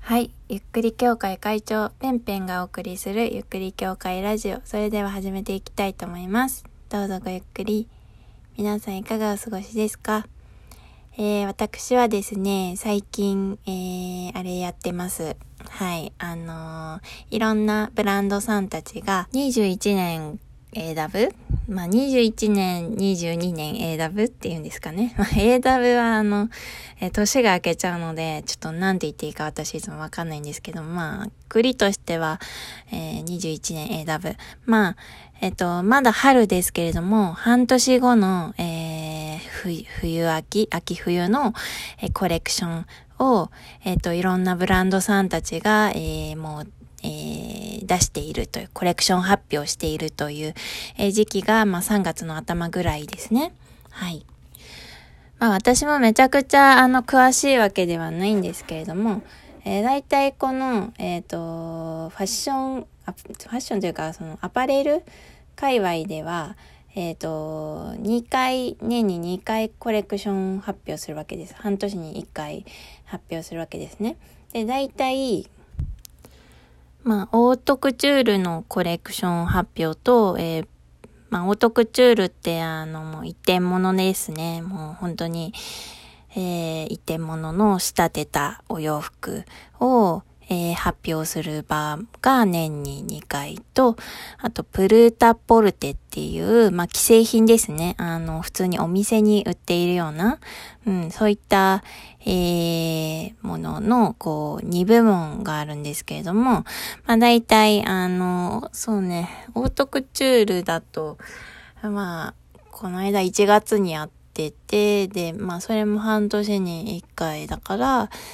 はい、ゆっくり協会会長ペンペンがお送りするゆっくり協会ラジオ。それでは始めていきたいと思います。どうぞごゆっくり。皆さんいかがお過ごしですか？私はですね、最近、あれやってます。はい、いろんなブランドさんたちが21年 AW？ 21年、22年 AW っていうんですかね。AW は年が明けちゃうので、ちょっとなんて言っていいか私いつもわかんないんですけど、国としては、21年 AW。まだ春ですけれども、半年後の、秋冬の、コレクションを、いろんなブランドさんたちが、出しているという、コレクション発表しているという、時期が、3月の頭ぐらいですね。はい。私もめちゃくちゃ、詳しいわけではないんですけれども、だいたいこの、ファッションというか、そのアパレル界隈では、年に2回コレクション発表するわけです。半年に1回発表するわけですね。で、だいたい、オートクチュールのコレクション発表と、オートクチュールってもう一点物ですね。もう本当に、一点物の仕立てたお洋服を、発表する場が年に2回と、あとプルータポルテっていう、既製品ですね。普通にお店に売っているような、そういった、ものの、2部門があるんですけれども、大体、そうね、オートクチュールだと、この間1月にやってて、で、それも半年に1回だから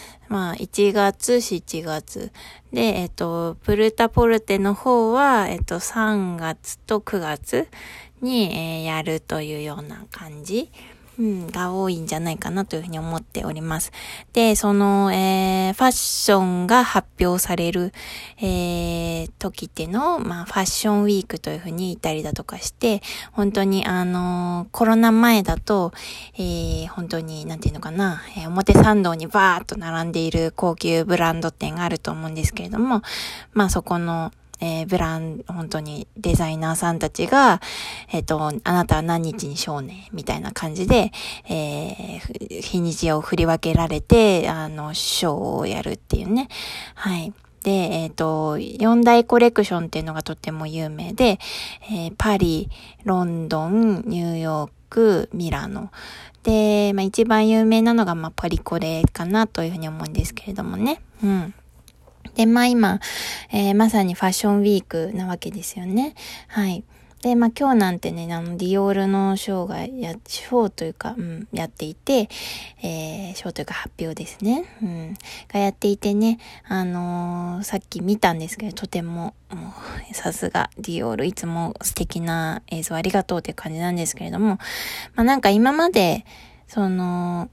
、1月、7月。で、プルタポルテの方は、3月と9月に、やるというような感じ。が多いんじゃないかなというふうに思っております。で、その、ファッションが発表される、時っていうのを、ファッションウィークというふうに言ったりだとかして、本当にコロナ前だと、本当に、なんていうのかな、表参道にバーっと並んでいる高級ブランド店があると思うんですけれども、そこの、本当にデザイナーさんたちが、あなたは何日にショーねみたいな感じで、日にちを振り分けられて、ショーをやるっていうね。はい。で、4大コレクションっていうのがとっても有名で、パリ、ロンドン、ニューヨーク、ミラノ。で、一番有名なのが、パリコレかなというふうに思うんですけれどもね。で、今、まさにファッションウィークなわけですよね。はい。で、今日なんてね、ディオールのショーというか、やっていて、ショーというか発表ですね。がやっていてね、さっき見たんですけど、とても、もう、さすが、ディオール、いつも素敵な映像ありがとうっていう感じなんですけれども、なんか今まで、モ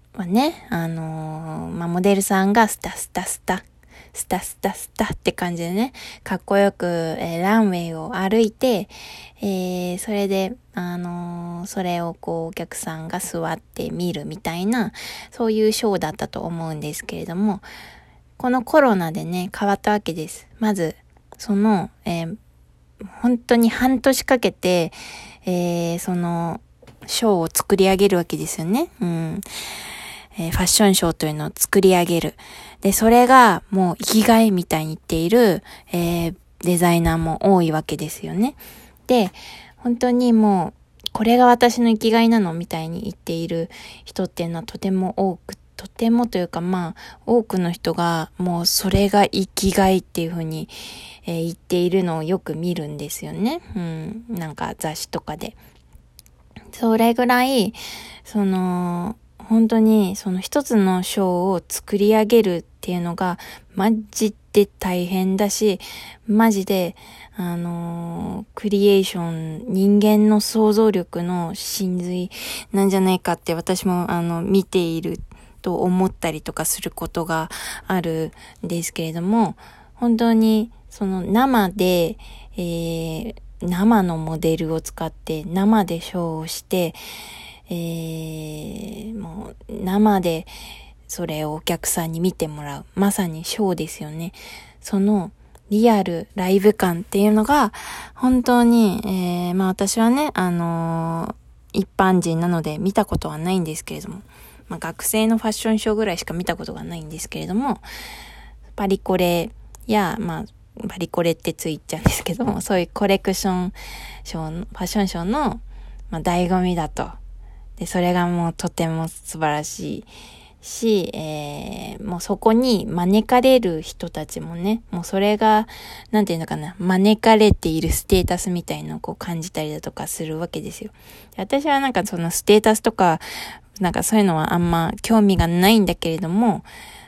デルさんがスタって感じでね、かっこよく、ランウェイを歩いて、それで、それをお客さんが座って見るみたいな、そういうショーだったと思うんですけれども、このコロナでね、変わったわけです。まず、その、本当に半年かけて、その、ショーを作り上げるわけですよね。ファッションショーというのを作り上げる。で、それがもう生きがいみたいに言っている、デザイナーも多いわけですよね。で、本当にもう、これが私の生きがいなのみたいに言っている人っていうのはとてもというか多くの人がもうそれが生きがいっていうふうに、言っているのをよく見るんですよね。なんか雑誌とかで。それぐらい、本当にその一つのショーを作り上げるっていうのがマジで大変だし、マジでクリエーション、人間の想像力の真髄なんじゃないかって私も見ていると思ったりとかすることがあるんですけれども、本当にその生で、生のモデルを使って生でショーをして、もう生でそれをお客さんに見てもらう。まさにショーですよね。そのリアル、ライブ感っていうのが、本当に、私はね、一般人なので見たことはないんですけれども、学生のファッションショーぐらいしか見たことがないんですけれども、パリコレや、パリコレってついちゃうんですけども、そういうコレクションショー、ファッションショーの、醍醐味だと。で、それがもうとても素晴らしいし、もうそこに招かれる人たちもね、もうそれが、なんていうのかな、招かれているステータスみたいのをこう感じたりだとかするわけですよ。私はなんかそのステータスとか、なんかそういうのはあんま興味がないんだけれども、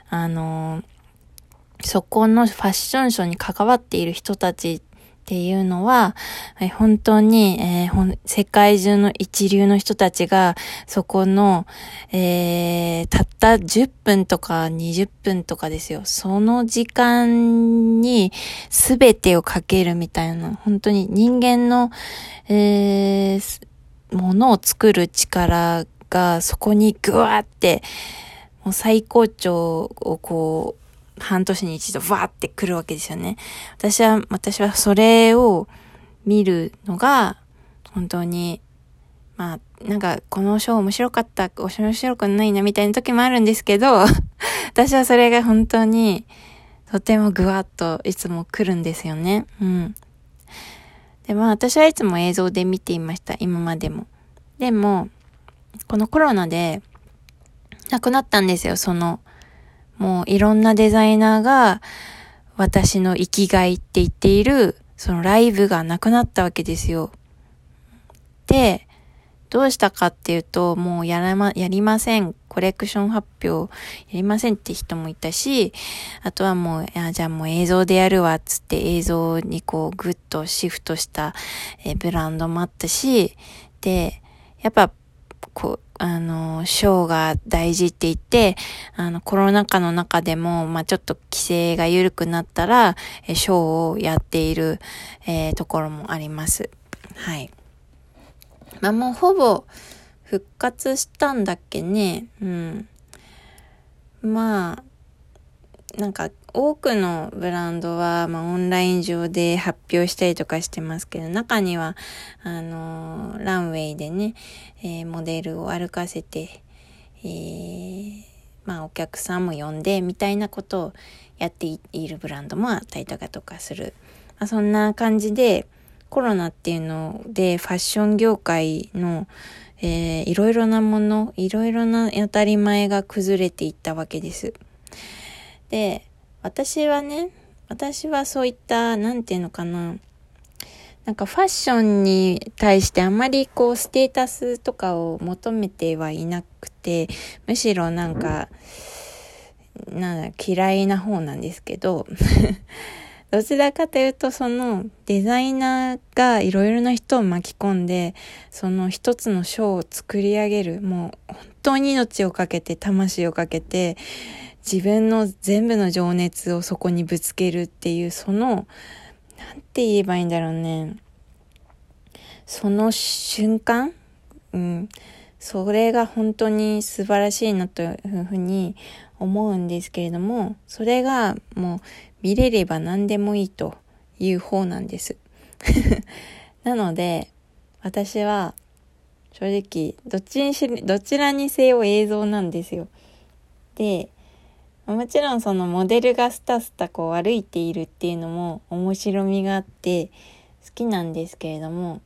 そこのファッションショーに関わっている人たちっていうのは、本当に、世界中の一流の人たちが、そこの、たった10分とか20分とかですよ。その時間に全てをかけるみたいな、本当に人間の、ものを作る力がそこにぐわーって、もう最高潮をこう、半年に一度わーって来るわけですよね。私はそれを見るのが本当になんかこのショー面白かった、面白くないなみたいな時もあるんですけど、私はそれが本当にとてもぐわっといつも来るんですよね。うん。で私はいつも映像で見ていました、今までも。でもこのコロナでなくなったんですよ。もういろんなデザイナーが私の生きがいって言っているそのライブがなくなったわけですよ。で、どうしたかっていうと、もうやりません。コレクション発表やりませんって人もいたし、あとはもう、じゃあもう映像でやるわっつって映像にこうグッとシフトした、ブランドもあったし、で、やっぱこう、ショーが大事って言って、コロナ禍の中でも、ちょっと規制が緩くなったら、ショーをやっている、ところもあります。はい。もうほぼ復活したんだっけね。うん。なんか多くのブランドは、オンライン上で発表したりとかしてますけど、中には、ランウェイでね、モデルを歩かせて、お客さんも呼んで、みたいなことをやっているブランドもあったりとかする。そんな感じで、コロナっていうので、ファッション業界の、いろいろなもの、いろいろな当たり前が崩れていったわけです。で、私はそういった、なんていうのかな、なんかファッションに対してあまりこうステータスとかを求めてはいなくて、むしろ嫌いな方なんですけど、どちらかというとそのデザイナーがいろいろな人を巻き込んで、その一つのショーを作り上げる、もう本当に命をかけて魂をかけて、自分の全部の情熱をそこにぶつけるっていう、なんて言えばいいんだろうね。その瞬間、それが本当に素晴らしいなというふうに思うんですけれども、それがもう見れれば何でもいいという方なんです。なので、私は正直どちらにせよ映像なんですよ。で、もちろんそのモデルがスタスタこう歩いているっていうのも面白みがあって好きなんですけれども、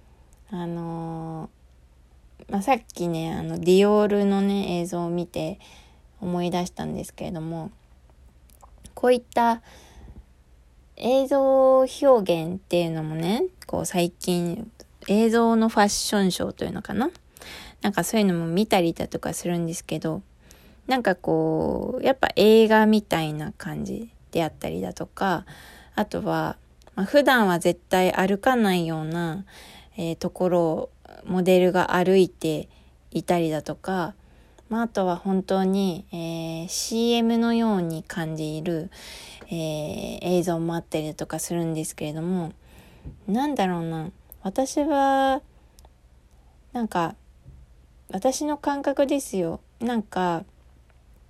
さっきね、ディオールのね、映像を見て思い出したんですけれども、こういった映像表現っていうのもね、こう最近映像のファッションショーというのかな、なんかそういうのも見たりだとかするんですけど、なんかこうやっぱ映画みたいな感じであったりだとか、あとは、普段は絶対歩かないような、ところをモデルが歩いていたりだとか、あとは本当に、CM のように感じる、映像もあったりだとかするんですけれども、なんだろうな、私はなんか私の感覚ですよ。なんか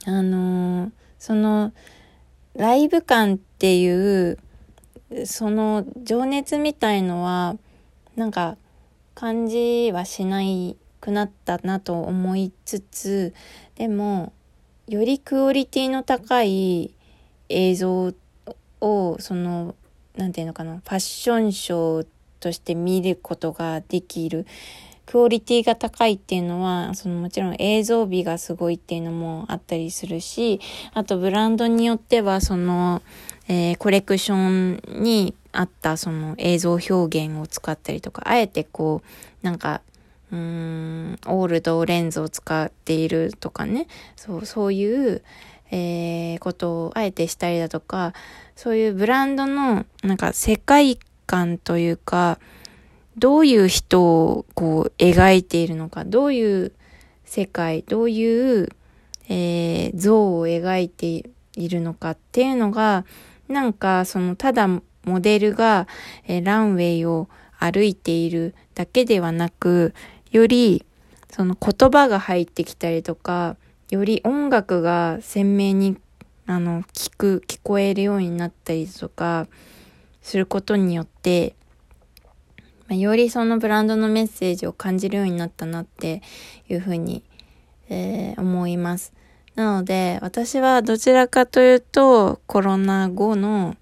そのライブ感っていうその情熱みたいのはなんか感じはしないくなったなと思いつつ、でもよりクオリティの高い映像をなんていうのかな、ファッションショーとして見ることができる、クオリティが高いっていうのはもちろん映像美がすごいっていうのもあったりするし、あとブランドによってはコレクションにあった映像表現を使ったりとか、あえてなんかオールドレンズを使っているとかね、そういう、ことをあえてしたりだとか、そういうブランドのなんか世界観というか、どういう人を描いているのか、どういう世界、どういう、像を描いているのかっていうのが、なんかただモデルが、ランウェイを歩いているだけではなく、より言葉が入ってきたりとか、より音楽が鮮明に聞こえるようになったりとかすることによって、よりそのブランドのメッセージを感じるようになったなっていうふうに、思います。なので私はどちらかというとコロナ後の、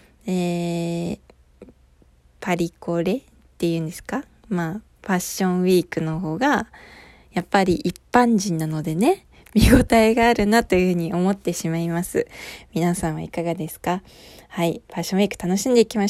パリコレっていうんですか、ファッションウィークの方がやっぱり一般人なのでね、見応えがあるなというふうに思ってしまいます。皆さんはいかがですか？はい、ファッションウィーク楽しんでいきましょう。